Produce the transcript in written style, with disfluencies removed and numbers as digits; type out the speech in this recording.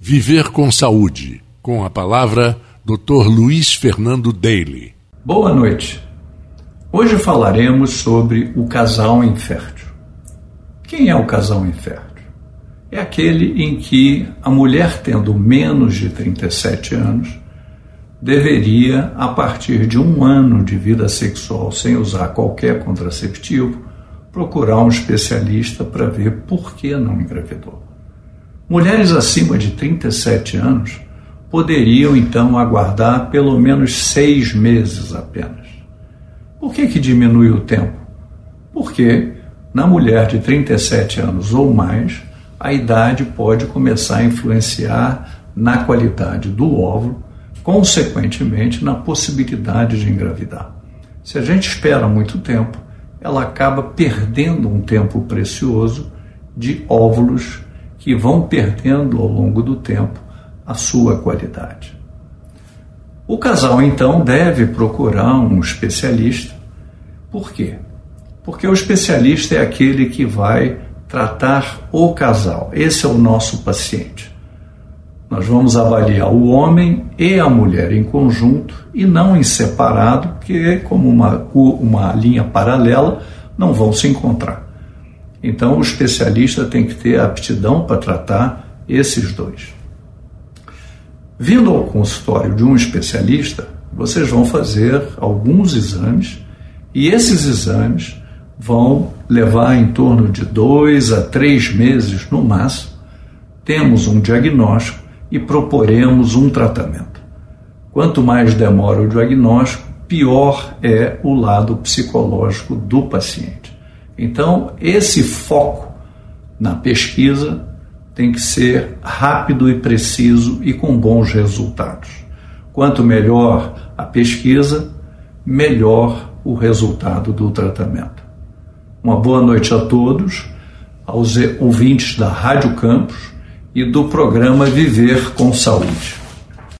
Viver com Saúde, com a palavra Dr. Luiz Fernando Daly. Boa noite. Hoje falaremos sobre o casal infértil. Quem é o casal infértil? É aquele em que a mulher, tendo menos de 37 anos, deveria, a partir de 1 ano de vida sexual sem usar qualquer contraceptivo, procurar um especialista para ver por que não engravidou. Mulheres acima de 37 anos poderiam, então, aguardar pelo menos 6 meses apenas. Por que diminui o tempo? Porque na mulher de 37 anos ou mais, a idade pode começar a influenciar na qualidade do óvulo, consequentemente na possibilidade de engravidar. Se a gente espera muito tempo, ela acaba perdendo um tempo precioso de óvulos que vão perdendo ao longo do tempo a sua qualidade. O casal, então, deve procurar um especialista. Por quê? Porque o especialista é aquele que vai tratar o casal. Esse é o nosso paciente. Nós vamos avaliar o homem e a mulher em conjunto e não em separado, porque, como uma linha paralela, não vão se encontrar. Então, o especialista tem que ter aptidão para tratar esses dois. Vindo ao consultório de um especialista, vocês vão fazer alguns exames e esses exames vão levar em torno de 2 a 3 meses no máximo. Temos um diagnóstico e proporemos um tratamento. Quanto mais demora o diagnóstico, pior é o lado psicológico do paciente. Então, esse foco na pesquisa tem que ser rápido e preciso e com bons resultados. Quanto melhor a pesquisa, melhor o resultado do tratamento. Uma boa noite a todos, aos ouvintes da Rádio Campos e do programa Viver com Saúde.